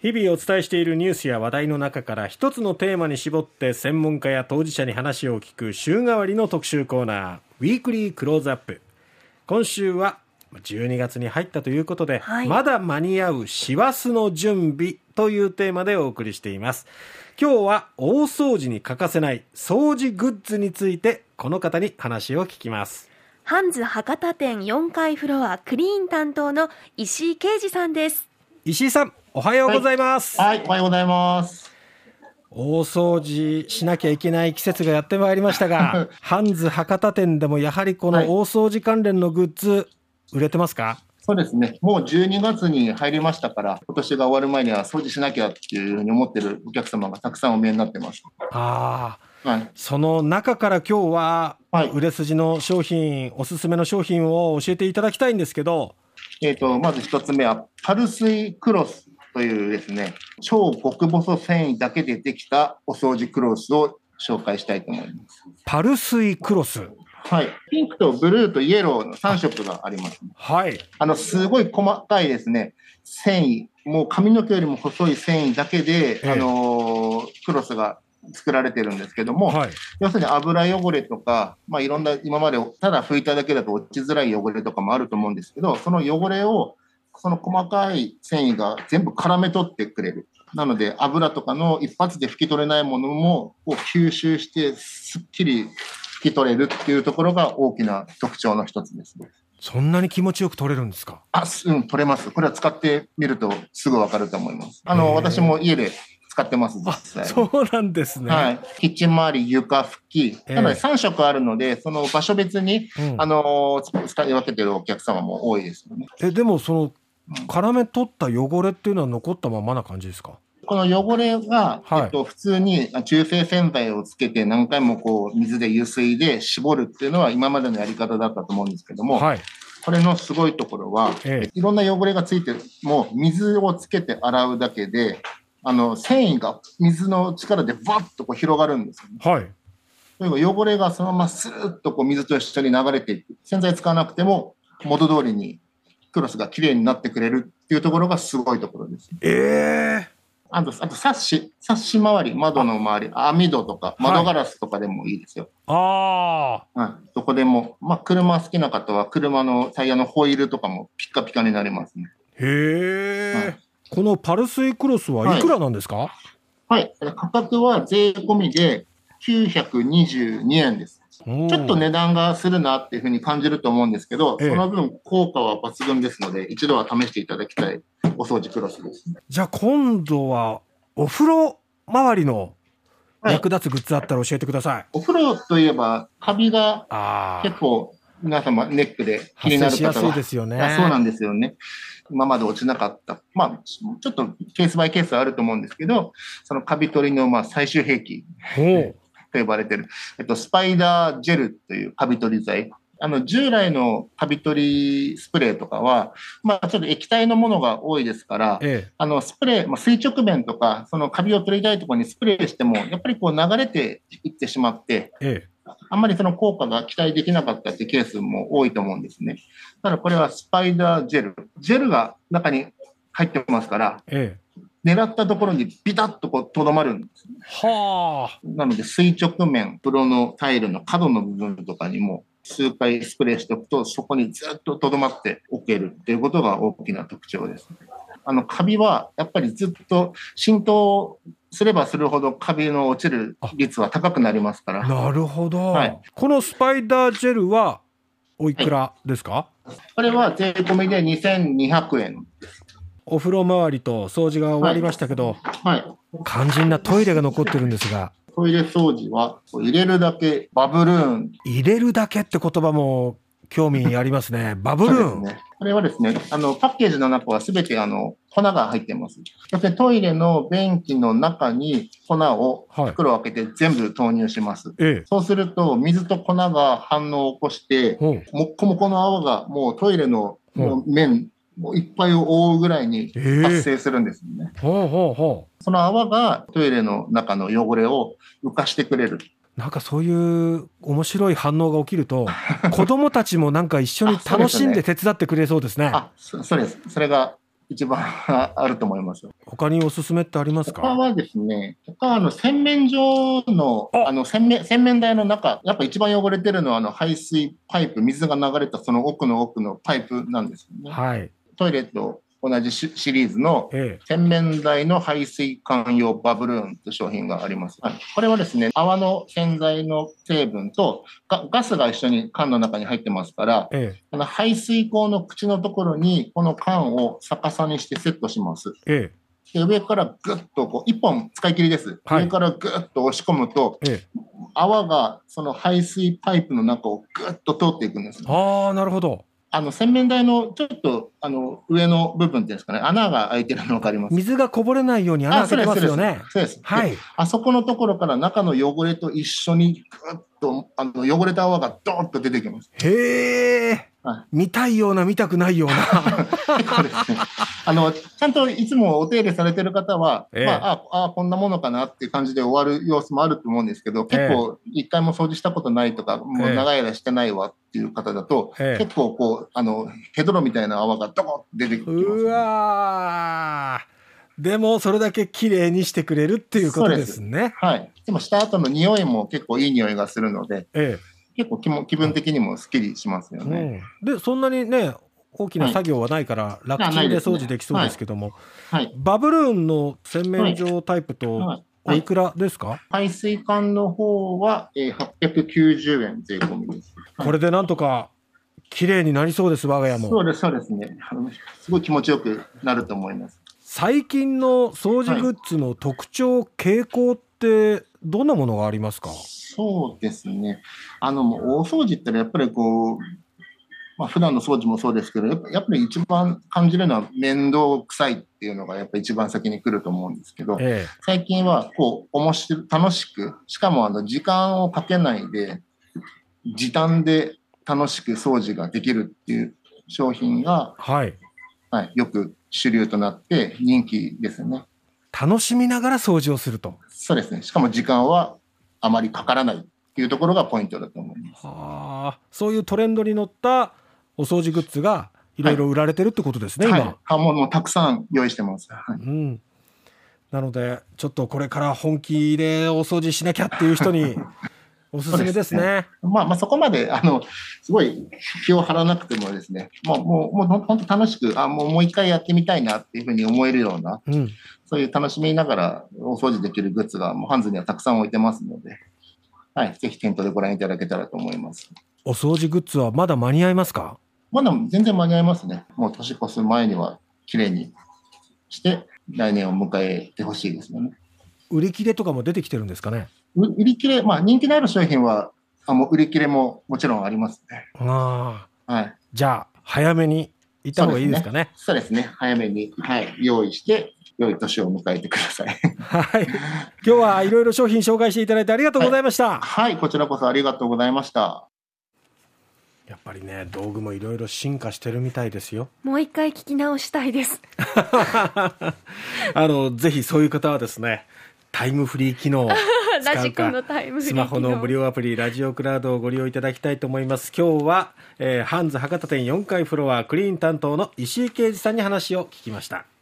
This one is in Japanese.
日々お伝えしているニュースや話題の中から一つのテーマに絞って専門家や当事者に話を聞く週替わりの特集コーナー、ウィークリークローズアップ。今週は12月に入ったということで、まだ間に合う師走の準備というテーマでお送りしています。今日は大掃除に欠かせない掃除グッズについてこの方に話を聞きます。 ハンズ博多店4階フロアクリーン担当の石井啓二さんです。 石井さん、おはようございます。 はい、おはようございます。 大掃除しなきゃいけない季節がやってまいりましたがハンズ博多店でもやはりこの大掃除関連のグッズ、売れてますか？ そうですね。もう12月に入りましたから、今年が終わる前には掃除しなきゃっていうふうに思ってるお客様がたくさんお見えになってます。その中から今日は売れ筋の商品、おすすめの商品を教えていただきたいんですけど、 まず一つ目はパルスイクロスというですね、超極細繊維だけでできたお掃除クロスを紹介したいと思います。 パルスイクロス。 はい。ピンクとブルーとイエローの3色があります、ね。 はい。 すごい細かいですね、繊維、もう髪の毛よりも細い繊維だけで、クロスが作られてるんですけども、要するに油汚れとか、いろんな今までただ拭いただけだと落ちづらい汚れとかもあると思うんですけど、その汚れをその細かい繊維が全部絡め取ってくれる。なので油とかの一発で拭き取れないものも吸収してすっきり拭き取れるっていうところが大きな特徴の一つですね。 そんなに気持ちよく取れるんですか？ 取れます。これは使ってみるとすぐわかると思います。私も家で使ってます。実際。 そうなんですね。 はい。キッチン周り、床拭き。なので3色あるので、その場所別に、使い分けてるお客様も多いですよね。 でもその絡め取った汚れっていうのは残ったままな感じですか？ この汚れが、普通に中性洗剤をつけて何回も水で湯水で絞るっていうのは今までのやり方だったと思うんですけども、これのすごいところは、いろんな汚れがついても水をつけて洗うだけで、繊維が水の力でバッと広がるんですよね。汚れがそのままスーッと水と一緒に流れていく。洗剤使わなくても元通りにクロスがきれいになってくれるっていうところがすごいところです。あとサッシ周り、窓の周り、網戸とか窓ガラスとかでもいいですよ。どこでも。車好きな方は車のタイヤのホイールとかもピカピカになりますね。 このパルスイクロスはいくらなんですか？ 価格は税込みで922円です。ちょっと値段がするなっていうふうに感じると思うんですけど、その分効果は抜群ですので、一度は試していただきたいお掃除クロスです。 じゃあ今度はお風呂周りの役立つグッズあったら教えてください。 お風呂といえばカビが結構皆様ネックで気になる方は発生しやすいですよね。 そうなんですよね。今まで落ちなかった。ちょっとケースバイケースはあると思うんですけど、そのカビ取りの最終兵器と呼ばれている、スパイダージェルというカビ取り剤。従来のカビ取りスプレーとかは、ちょっと液体のものが多いですから、スプレー、垂直面とか、そのカビを取りたいところにスプレーしても、やっぱり流れていってしまって、あんまりその効果が期待できなかったっていうケースも多いと思うんですね。ただこれはスパイダージェル。ジェルが中に入ってますから、狙ったところにビタッととどまるんですね。なので垂直面、風呂のタイルの角の部分とかにも数回スプレーしておくと、そこにずっととどまっておけるっていうことが大きな特徴です。カビはやっぱりずっと浸透すればするほどカビの落ちる率は高くなりますから。 なるほど。このスパイダージェルはおいくらですか？ これは税込みで2200円です。 お風呂周りと掃除が終わりましたけど、肝心なトイレが残ってるんですが。 トイレ掃除は入れるだけバブルーン。 入れるだけって言葉も興味ありますね。バブルーン。 これはですね、パッケージの中はすべて粉が入っています。そしてトイレの便器の中に粉を袋を開けて全部投入します。そうすると水と粉が反応を起こして、もっこもこの泡がもうトイレの面もういっぱいを覆うぐらいに発生するんですよね。その泡がトイレの中の汚れを浮かしてくれる。 なんかそういう面白い反応が起きると子供たちもなんか一緒に楽しんで手伝ってくれそうですね。 そうです。それが一番あると思います。 他におすすめってありますか？ 他はですね、洗面所の、洗面台の中、やっぱ一番汚れてるのは、排水パイプ、水が流れたその奥のパイプなんですよね。 はい。 トイレと同じシリーズの洗面台の排水管用バブルーンという商品があります。これはですね、泡の洗剤の成分とガスが一緒に缶の中に入ってますから、排水口の口のところにこの缶を逆さにしてセットします。で上からぐっと1本使い切りです。上からぐっと押し込むと、泡がその排水パイプの中をぐっと通っていくんです。 ああ、なるほど。 洗面台のちょっと上の部分っていうんですかね、穴が開いてるの分かります？ 水がこぼれないように穴開けてますよね。 そうです。 はい。 あそこのところから中の汚れと一緒にぐっと汚れた泡がドーッと出てきます。 へえ。見たいような見たくないような。 結構ですね。ちゃんといつもお手入れされてる方は、こんなものかなっていう感じで終わる様子もあると思うんですけど、結構一回も掃除したことないとか、もう長い間してないわっていう方だと、結構こう、ヘドロみたいな泡がドコッと出てきます、ね。 うわー。でもそれだけ綺麗にしてくれるっていうことですね。 はい。でもした後の匂いも結構いい匂いがするので、結構気分的にもスッキリしますよね。 でそんなにね大きな作業はないから楽ちんで掃除できそうですけども、バブルーンの洗面所タイプとおいくらですか？ 排水管の方は890円税込みです。 これでなんとか綺麗になりそうです。我が家も。 そうですね。すごい気持ちよくなると思います。 最近の掃除グッズの特徴、傾向ってどんなものがありますか？ そうですね。大掃除ってやっぱりこう、普段の掃除もそうですけど、やっぱり一番感じるのは面倒くさいっていうのがやっぱり一番先に来ると思うんですけど、最近はこう楽しく、しかも時間をかけないで時短で楽しく掃除ができるっていう商品が、よく主流となって人気ですね。 楽しみながら掃除をすると。 そうですね。しかも時間はあまりかからないっていうところがポイントだと思います。 そういうトレンドに乗ったお掃除グッズがいろいろ売られてるってことですね、今。 もうたくさん用意してます。 なのでちょっとこれから本気でお掃除しなきゃっていう人におすすめですね。 そこまですごい気を張らなくてもですね、もう本当楽しくもう一回やってみたいなっていうふうに思えるような、そういう楽しみながらお掃除できるグッズがもうハンズにはたくさん置いてますので、ぜひ店頭でご覧いただけたらと思います。 お掃除グッズはまだ間に合いますか？ まだ全然間に合いますね。もう年越す前にはきれいにして来年を迎えてほしいですよね。 売り切れとかも出てきてるんですかね？ 売り切れ、人気のある商品はもう売り切れももちろんありますね。 じゃあ早めに行った方がいいですかね。 そうですね。早めに、用意して良い年を迎えてください。 今日はいろいろ商品紹介していただいてありがとうございました。 こちらこそありがとうございました。 やっぱりね、道具もいろいろ進化してるみたいですよ。 もう一回聞き直したいです。 ぜひそういう方はですね、タイムフリー機能を使うかスマホの無料アプリラジオクラウドをご利用いただきたいと思います。今日は、ハンズ博多店4階フロアクリーン担当の石井啓二さんに話を聞きました。